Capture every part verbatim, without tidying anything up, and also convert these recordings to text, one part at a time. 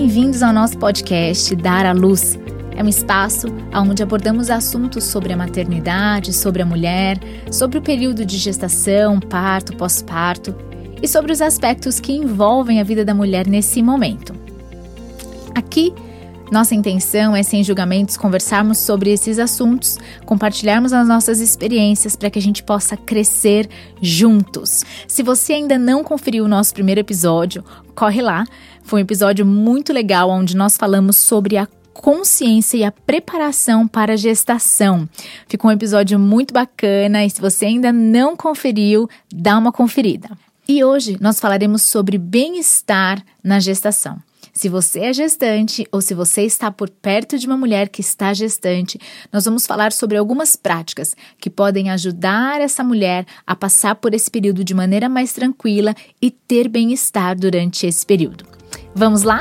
bem-vindos ao nosso podcast Dar à Luz. É um espaço onde abordamos assuntos sobre a maternidade, sobre a mulher, sobre o período de gestação, parto, pós-parto e sobre os aspectos que envolvem a vida da mulher nesse momento. Aqui, nossa intenção é, sem julgamentos, conversarmos sobre esses assuntos, compartilharmos as nossas experiências para que a gente possa crescer juntos. Se você ainda não conferiu o nosso primeiro episódio, corre lá. Foi um episódio muito legal onde nós falamos sobre a consciência e a preparação para a gestação. Ficou um episódio muito bacana e se você ainda não conferiu, dá uma conferida. E hoje nós falaremos sobre bem-estar na gestação. Se você é gestante ou se você está por perto de uma mulher que está gestante, nós vamos falar sobre algumas práticas que podem ajudar essa mulher a passar por esse período de maneira mais tranquila e ter bem-estar durante esse período. Vamos lá?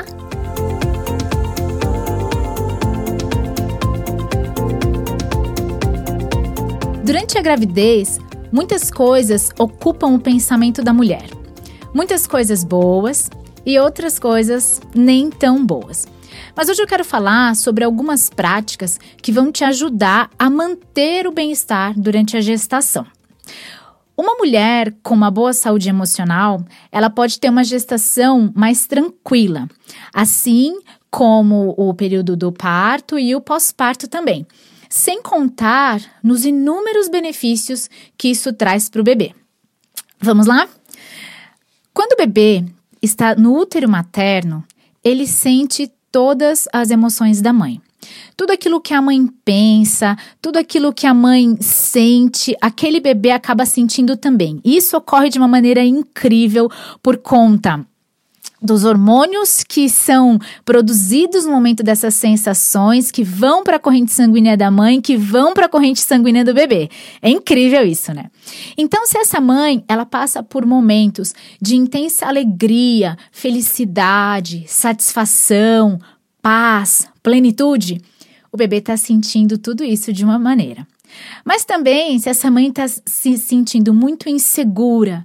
Durante a gravidez, muitas coisas ocupam o pensamento da mulher. Muitas coisas boas e outras coisas nem tão boas. Mas hoje eu quero falar sobre algumas práticas que vão te ajudar a manter o bem-estar durante a gestação. Uma mulher com uma boa saúde emocional, ela pode ter uma gestação mais tranquila, assim como o período do parto e o pós-parto também, sem contar nos inúmeros benefícios que isso traz para o bebê. Vamos lá? Quando o bebê está no útero materno, ele sente todas as emoções da mãe. Tudo aquilo que a mãe pensa, tudo aquilo que a mãe sente, aquele bebê acaba sentindo também. Isso ocorre de uma maneira incrível por conta dos hormônios que são produzidos no momento dessas sensações, que vão para a corrente sanguínea da mãe, que vão para a corrente sanguínea do bebê. É incrível isso, né? Então, se essa mãe, ela passa por momentos de intensa alegria, felicidade, satisfação, paz, plenitude, o bebê está sentindo tudo isso de uma maneira. Mas também, se essa mãe está se sentindo muito insegura,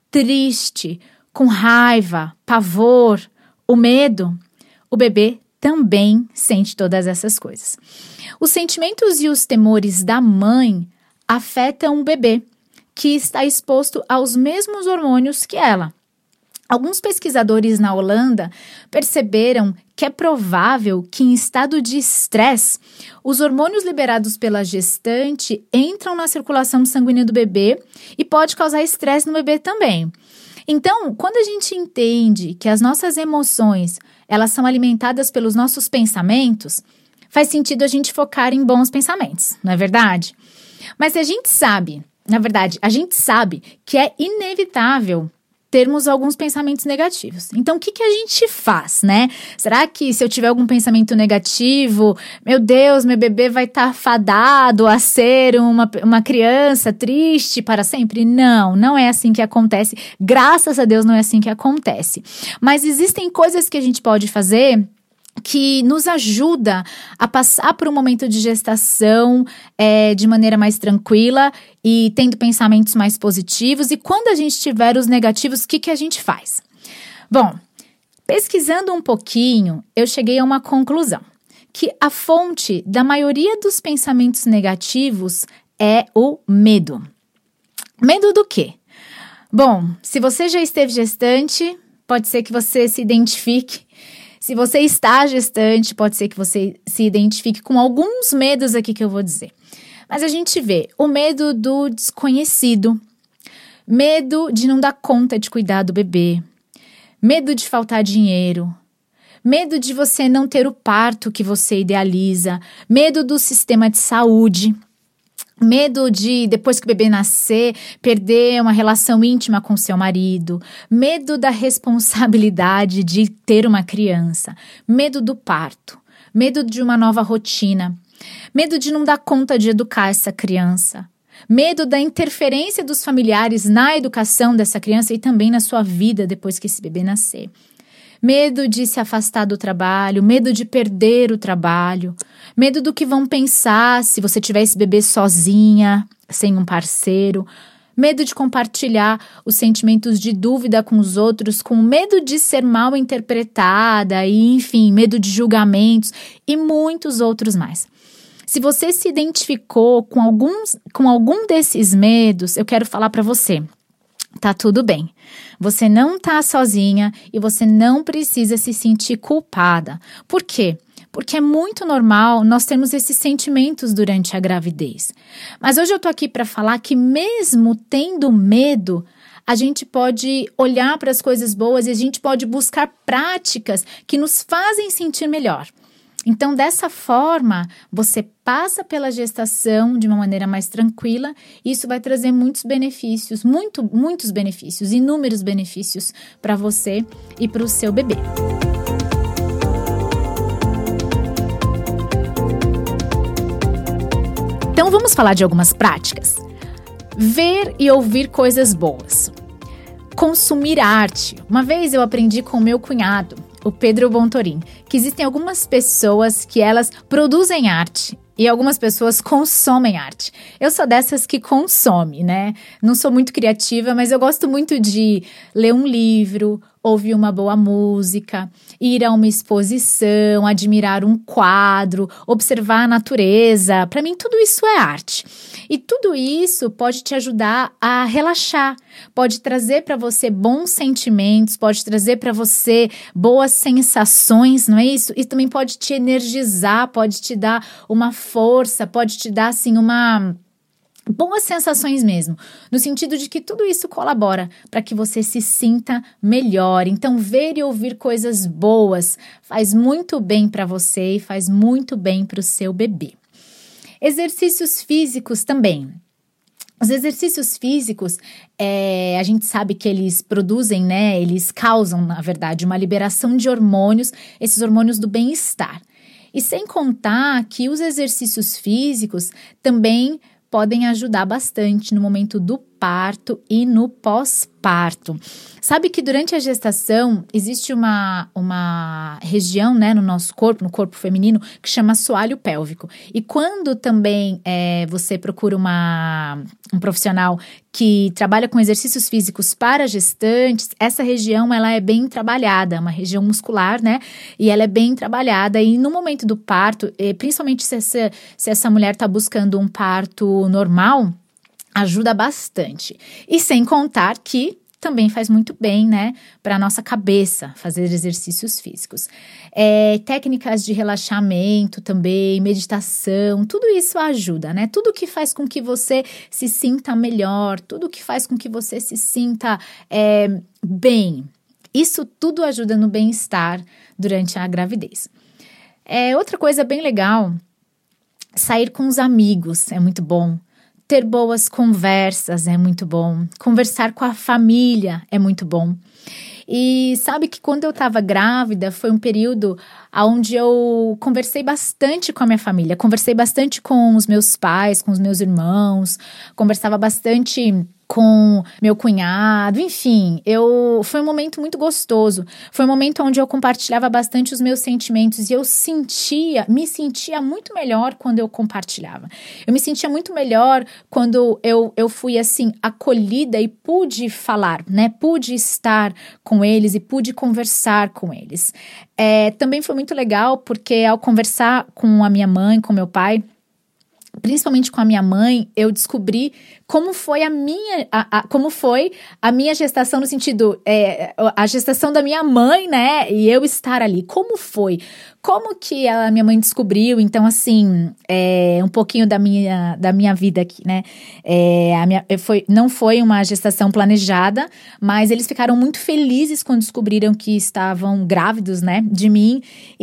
triste, com raiva, pavor, o medo, o bebê também sente todas essas coisas. Os sentimentos e os temores da mãe afetam o bebê, que está exposto aos mesmos hormônios que ela. Alguns pesquisadores na Holanda perceberam que é provável que em estado de estresse, os hormônios liberados pela gestante entram na circulação sanguínea do bebê e pode causar estresse no bebê também. Então, quando a gente entende que as nossas emoções, elas são alimentadas pelos nossos pensamentos, faz sentido a gente focar em bons pensamentos, não é verdade? Mas se a gente sabe, na verdade, a gente sabe que é inevitável termos alguns pensamentos negativos. Então, o que, que a gente faz, né? Será que se eu tiver algum pensamento negativo, meu Deus, meu bebê vai estar fadado a ser uma, uma criança triste para sempre? Não, não é assim que acontece. Graças a Deus não é assim que acontece. Mas existem coisas que a gente pode fazer que nos ajuda a passar por um momento de gestação é, de maneira mais tranquila e tendo pensamentos mais positivos. E quando a gente tiver os negativos, o que, que a gente faz? Bom, pesquisando um pouquinho, eu cheguei a uma conclusão, que a fonte da maioria dos pensamentos negativos é o medo. Medo do quê? Bom, se você já esteve gestante, pode ser que você se identifique. Se você está gestante, pode ser que você se identifique com alguns medos aqui que eu vou dizer. Mas a gente vê o medo do desconhecido, medo de não dar conta de cuidar do bebê, medo de faltar dinheiro, medo de você não ter o parto que você idealiza, medo do sistema de saúde, medo de, depois que o bebê nascer, perder uma relação íntima com seu marido, medo da responsabilidade de ter uma criança, medo do parto, medo de uma nova rotina, medo de não dar conta de educar essa criança, medo da interferência dos familiares na educação dessa criança e também na sua vida depois que esse bebê nascer. Medo de se afastar do trabalho, medo de perder o trabalho, medo do que vão pensar se você tiver esse bebê sozinha, sem um parceiro, medo de compartilhar os sentimentos de dúvida com os outros, com medo de ser mal interpretada, e enfim, medo de julgamentos e muitos outros mais. Se você se identificou com, alguns, com algum desses medos, eu quero falar para você, tá tudo bem. Você não tá sozinha e você não precisa se sentir culpada. Por quê? Porque é muito normal nós termos esses sentimentos durante a gravidez. Mas hoje eu tô aqui para falar que mesmo tendo medo, a gente pode olhar para as coisas boas e a gente pode buscar práticas que nos fazem sentir melhor. Então, dessa forma, você passa pela gestação de uma maneira mais tranquila e isso vai trazer muitos benefícios, muito, muitos benefícios, inúmeros benefícios para você e para o seu bebê. Então, vamos falar de algumas práticas. Ver e ouvir coisas boas. Consumir arte. Uma vez eu aprendi com o meu cunhado, o Pedro Bontorin, que existem algumas pessoas que elas produzem arte e algumas pessoas consomem arte. Eu sou dessas que consome, né? Não sou muito criativa, mas eu gosto muito de ler um livro, ouvir uma boa música, ir a uma exposição, admirar um quadro, observar a natureza. Para mim, tudo isso é arte. E tudo isso pode te ajudar a relaxar, pode trazer para você bons sentimentos, pode trazer para você boas sensações, não é isso? E também pode te energizar, pode te dar uma força, pode te dar, assim, uma... boas sensações mesmo, no sentido de que tudo isso colabora para que você se sinta melhor. Então, ver e ouvir coisas boas faz muito bem para você e faz muito bem para o seu bebê. Exercícios físicos também. Os exercícios físicos, é, a gente sabe que eles produzem, né? Eles causam, na verdade, uma liberação de hormônios, esses hormônios do bem-estar. E sem contar que os exercícios físicos também podem ajudar bastante no momento do parto e no pós-parto. Sabe que durante a gestação existe uma, uma região, né, no nosso corpo, no corpo feminino, que chama assoalho pélvico. E quando também é, você procura uma, um profissional que trabalha com exercícios físicos para gestantes, essa região ela é bem trabalhada, é uma região muscular, né? E ela é bem trabalhada. E no momento do parto, principalmente se essa, se essa mulher está buscando um parto normal, ajuda bastante. E sem contar que também faz muito bem, né, para a nossa cabeça fazer exercícios físicos. É, técnicas de relaxamento também, meditação, tudo isso ajuda, né? Tudo que faz com que você se sinta melhor, tudo que faz com que você se sinta é, bem. Isso tudo ajuda no bem-estar durante a gravidez. É, outra coisa bem legal, sair com os amigos é muito bom. Ter boas conversas é muito bom. Conversar com a família é muito bom. E sabe que quando eu estava grávida, foi um período onde eu conversei bastante com a minha família. Conversei bastante com os meus pais, com os meus irmãos. Conversava bastante com meu cunhado, enfim, eu, foi um momento muito gostoso, foi um momento onde eu compartilhava bastante os meus sentimentos e eu sentia, me sentia muito melhor quando eu compartilhava, eu me sentia muito melhor quando eu, eu fui assim, acolhida e pude falar, né, pude estar com eles e pude conversar com eles. É, também foi muito legal porque ao conversar com a minha mãe, com meu pai, principalmente com a minha mãe, eu descobri como foi a minha, a, a, como foi a minha gestação no sentido, é, a gestação da minha mãe, né, e eu estar ali, como foi, como que a minha mãe descobriu, então assim, é, um pouquinho da minha, da minha vida aqui, né, é, a minha, foi, não foi uma gestação planejada, mas eles ficaram muito felizes quando descobriram que estavam grávidos, né, de mim,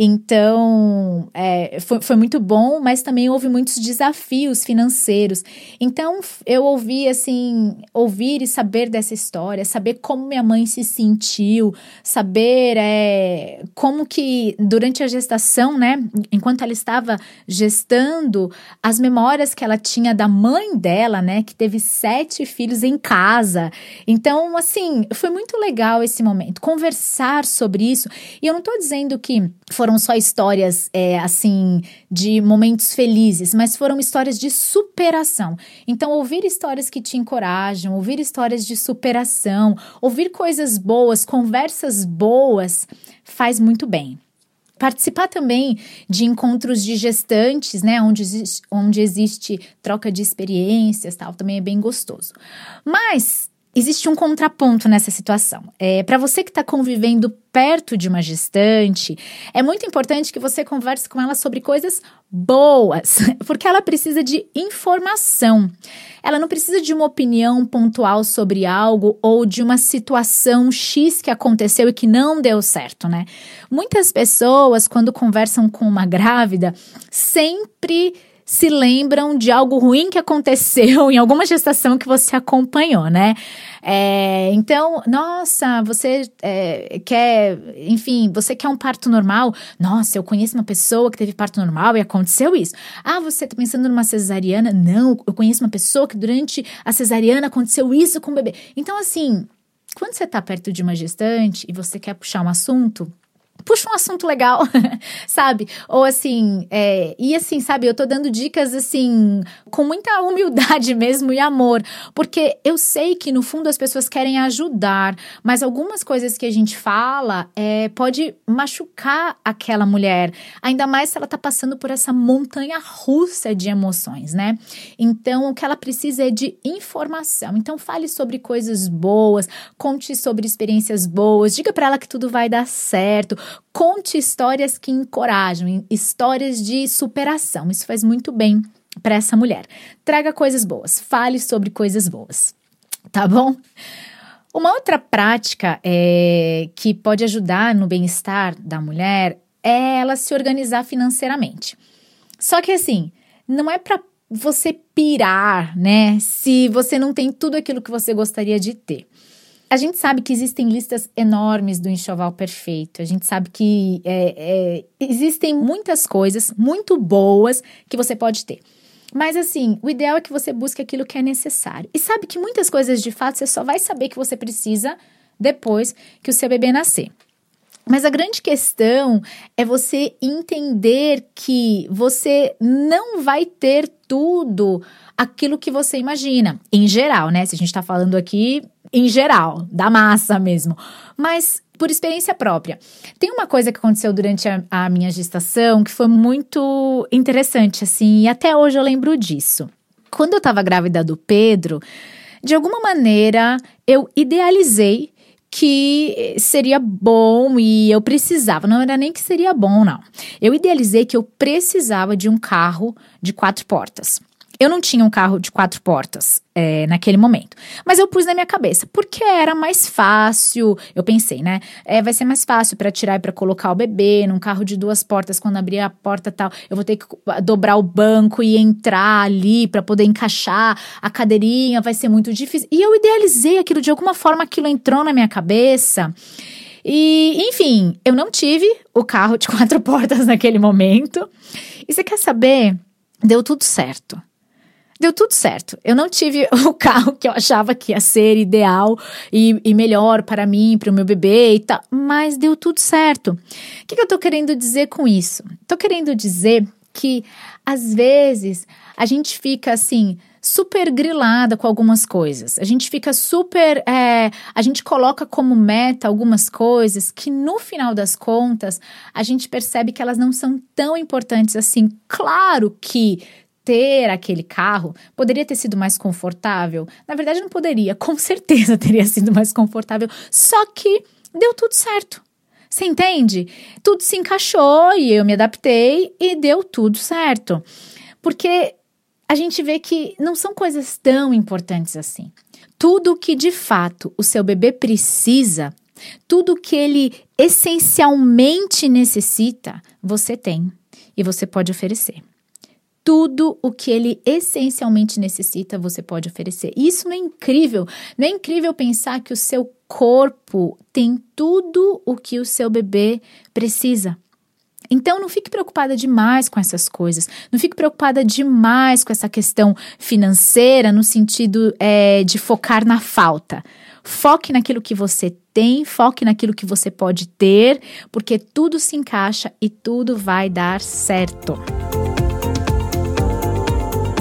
então, é, foi, foi muito bom, mas também houve muitos desafios financeiros, então eu ouvir, assim, ouvir e saber dessa história, saber como minha mãe se sentiu, saber é, como que durante a gestação, né, enquanto ela estava gestando, as memórias que ela tinha da mãe dela, né, que teve sete filhos em casa. Então, assim, foi muito legal esse momento, conversar sobre isso. E eu não tô dizendo que foram só histórias, é, assim, de momentos felizes, mas foram histórias histórias de superação. Então, ouvir histórias que te encorajam, ouvir histórias de superação, ouvir coisas boas, conversas boas, faz muito bem. Participar também de encontros de gestantes, né, onde existe, onde existe troca de experiências, tal, também é bem gostoso. Mas existe um contraponto nessa situação. É, para você que está convivendo perto de uma gestante, é muito importante que você converse com ela sobre coisas boas, porque ela precisa de informação. Ela não precisa de uma opinião pontual sobre algo ou de uma situação X que aconteceu e que não deu certo, né? Muitas pessoas, quando conversam com uma grávida, sempre se lembram de algo ruim que aconteceu em alguma gestação que você acompanhou, né? É, então, nossa, você é, quer, enfim, você quer um parto normal? Nossa, eu conheço uma pessoa que teve parto normal e aconteceu isso. Ah, você tá pensando numa cesariana? Não, eu conheço uma pessoa que durante a cesariana aconteceu isso com o bebê. Então, assim, quando você tá perto de uma gestante e você quer puxar um assunto, puxa um assunto legal, sabe? Ou assim, é, e assim, sabe, eu tô dando dicas assim, com muita humildade mesmo e amor, porque eu sei que no fundo as pessoas querem ajudar, mas algumas coisas que a gente fala é, pode machucar aquela mulher, ainda mais se ela tá passando por essa montanha russa de emoções, né? Então, o que ela precisa é de informação. Então, fale sobre coisas boas, conte sobre experiências boas, diga pra ela que tudo vai dar certo. Conte histórias que encorajam, histórias de superação. Isso faz muito bem para essa mulher. Traga coisas boas, fale sobre coisas boas, tá bom? Uma outra prática é, que pode ajudar no bem-estar da mulher é ela se organizar financeiramente. Só que assim, não é para você pirar, né? Se você não tem tudo aquilo que você gostaria de ter. A gente sabe que existem listas enormes do enxoval perfeito. A gente sabe que é, é, existem muitas coisas muito boas que você pode ter. Mas assim, o ideal é que você busque aquilo que é necessário. E sabe que muitas coisas, de fato, você só vai saber que você precisa depois que o seu bebê nascer. Mas a grande questão é você entender que você não vai ter tudo aquilo que você imagina. Em geral, né? Se a gente tá falando aqui, em geral, da massa mesmo. Mas por experiência própria. Tem uma coisa que aconteceu durante a, a minha gestação que foi muito interessante, assim, e até hoje eu lembro disso. Quando eu tava grávida do Pedro, de alguma maneira eu idealizei que seria bom e eu precisava, não era nem que seria bom, não. Eu idealizei que eu precisava de um carro de quatro portas. Eu não tinha um carro de quatro portas é, naquele momento, mas eu pus na minha cabeça, porque era mais fácil, eu pensei, né, é, vai ser mais fácil para tirar e para colocar o bebê num carro de duas portas, quando abrir a porta tal, eu vou ter que dobrar o banco e entrar ali para poder encaixar a cadeirinha, vai ser muito difícil, e eu idealizei aquilo, de alguma forma aquilo entrou na minha cabeça, e enfim, eu não tive o carro de quatro portas naquele momento, e você quer saber, deu tudo certo. Deu tudo certo. Eu não tive o carro que eu achava que ia ser ideal e, e melhor para mim, para o meu bebê e tal, mas deu tudo certo. O que, que eu tô querendo dizer com isso? Tô querendo dizer que, às vezes, a gente fica assim, super grilada com algumas coisas. A gente fica super... É, a gente coloca como meta algumas coisas que, no final das contas, a gente percebe que elas não são tão importantes assim. Claro que ter aquele carro poderia ter sido mais confortável. Na verdade, não poderia. Com certeza teria sido mais confortável. Só que deu tudo certo. Você entende? Tudo se encaixou e eu me adaptei e deu tudo certo. Porque a gente vê que não são coisas tão importantes assim. Tudo que, de fato, o seu bebê precisa, tudo que ele essencialmente necessita, você tem e você pode oferecer. Tudo o que ele essencialmente necessita, você pode oferecer. E isso não é incrível? Não é incrível pensar que o seu corpo tem tudo o que o seu bebê precisa? Então, não fique preocupada demais com essas coisas. Não fique preocupada demais com essa questão financeira, no sentido é, de focar na falta. Foque naquilo que você tem, foque naquilo que você pode ter, porque tudo se encaixa e tudo vai dar certo.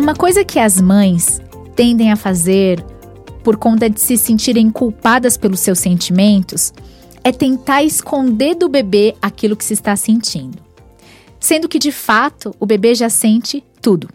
Uma coisa que as mães tendem a fazer por conta de se sentirem culpadas pelos seus sentimentos é tentar esconder do bebê aquilo que se está sentindo. Sendo que, de fato, o bebê já sente tudo.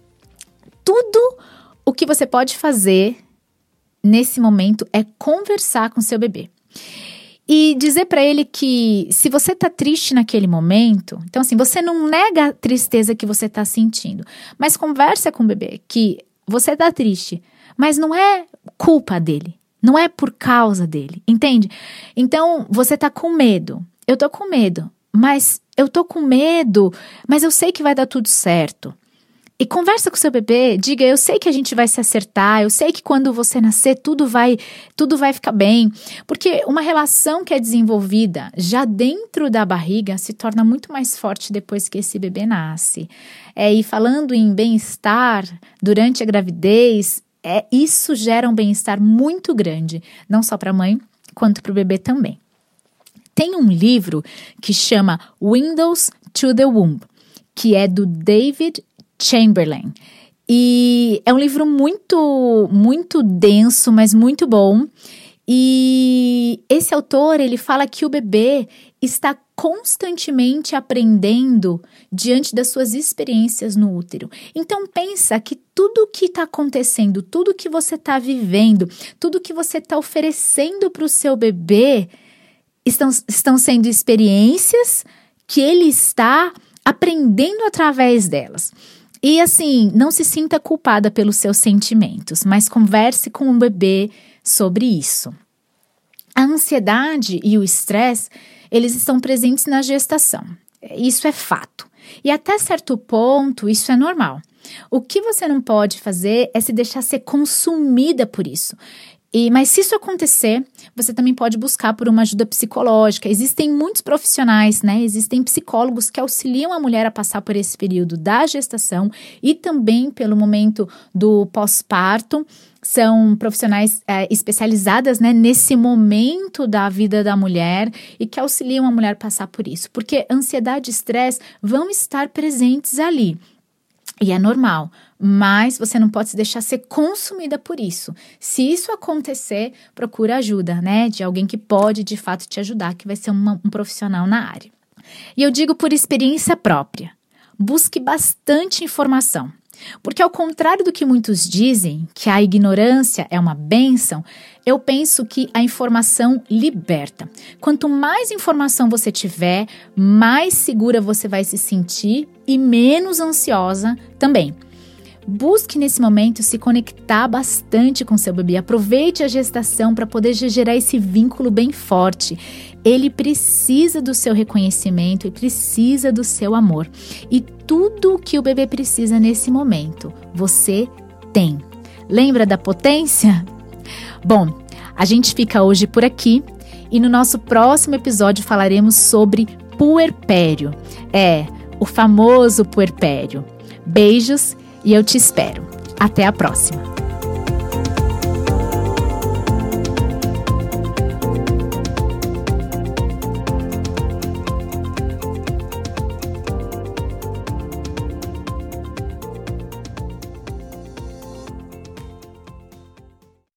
Tudo o que você pode fazer nesse momento é conversar com seu bebê. E dizer para ele que se você tá triste naquele momento, então assim, você não nega a tristeza que você tá sentindo, mas conversa com o bebê que você tá triste, mas não é culpa dele, não é por causa dele, entende? Então, você tá com medo, eu tô com medo, mas eu tô com medo, mas eu sei que vai dar tudo certo. E conversa com o seu bebê, diga, eu sei que a gente vai se acertar, eu sei que quando você nascer tudo vai, tudo vai ficar bem. Porque uma relação que é desenvolvida já dentro da barriga se torna muito mais forte depois que esse bebê nasce. É, e falando em bem-estar durante a gravidez, é, isso gera um bem-estar muito grande, não só para a mãe, quanto para o bebê também. Tem um livro que chama Windows to the Womb, que é do David Chamberlain. E é um livro muito, muito denso, mas muito bom. E esse autor, ele fala que o bebê está constantemente aprendendo diante das suas experiências no útero. Então pensa que tudo que está acontecendo, tudo que você está vivendo, tudo que você está oferecendo para o seu bebê estão, estão sendo experiências que ele está aprendendo através delas. E assim, não se sinta culpada pelos seus sentimentos, mas converse com o bebê sobre isso. A ansiedade e o estresse, eles estão presentes na gestação. Isso é fato. E até certo ponto, isso é normal. O que você não pode fazer é se deixar ser consumida por isso. E, mas se isso acontecer, você também pode buscar por uma ajuda psicológica. Existem muitos profissionais, né? Existem psicólogos que auxiliam a mulher a passar por esse período da gestação e também pelo momento do pós-parto. São profissionais é, especializadas, né, nesse momento da vida da mulher e que auxiliam a mulher a passar por isso. Porque ansiedade e estresse vão estar presentes ali. E é normal, mas você não pode se deixar ser consumida por isso. Se isso acontecer, procura ajuda, né? De alguém que pode, de fato, te ajudar, que vai ser uma, um profissional na área. E eu digo por experiência própria, busque bastante informação. Porque ao contrário do que muitos dizem, que a ignorância é uma bênção, eu penso que a informação liberta. Quanto mais informação você tiver, mais segura você vai se sentir e menos ansiosa também. Busque nesse momento se conectar bastante com seu bebê. Aproveite a gestação para poder gerar esse vínculo bem forte. Ele precisa do seu reconhecimento e precisa do seu amor. E tudo o que o bebê precisa nesse momento, você tem. Lembra da potência? Bom, a gente fica hoje por aqui e no nosso próximo episódio falaremos sobre puerpério. É, o famoso puerpério. Beijos e eu te espero. Até a próxima!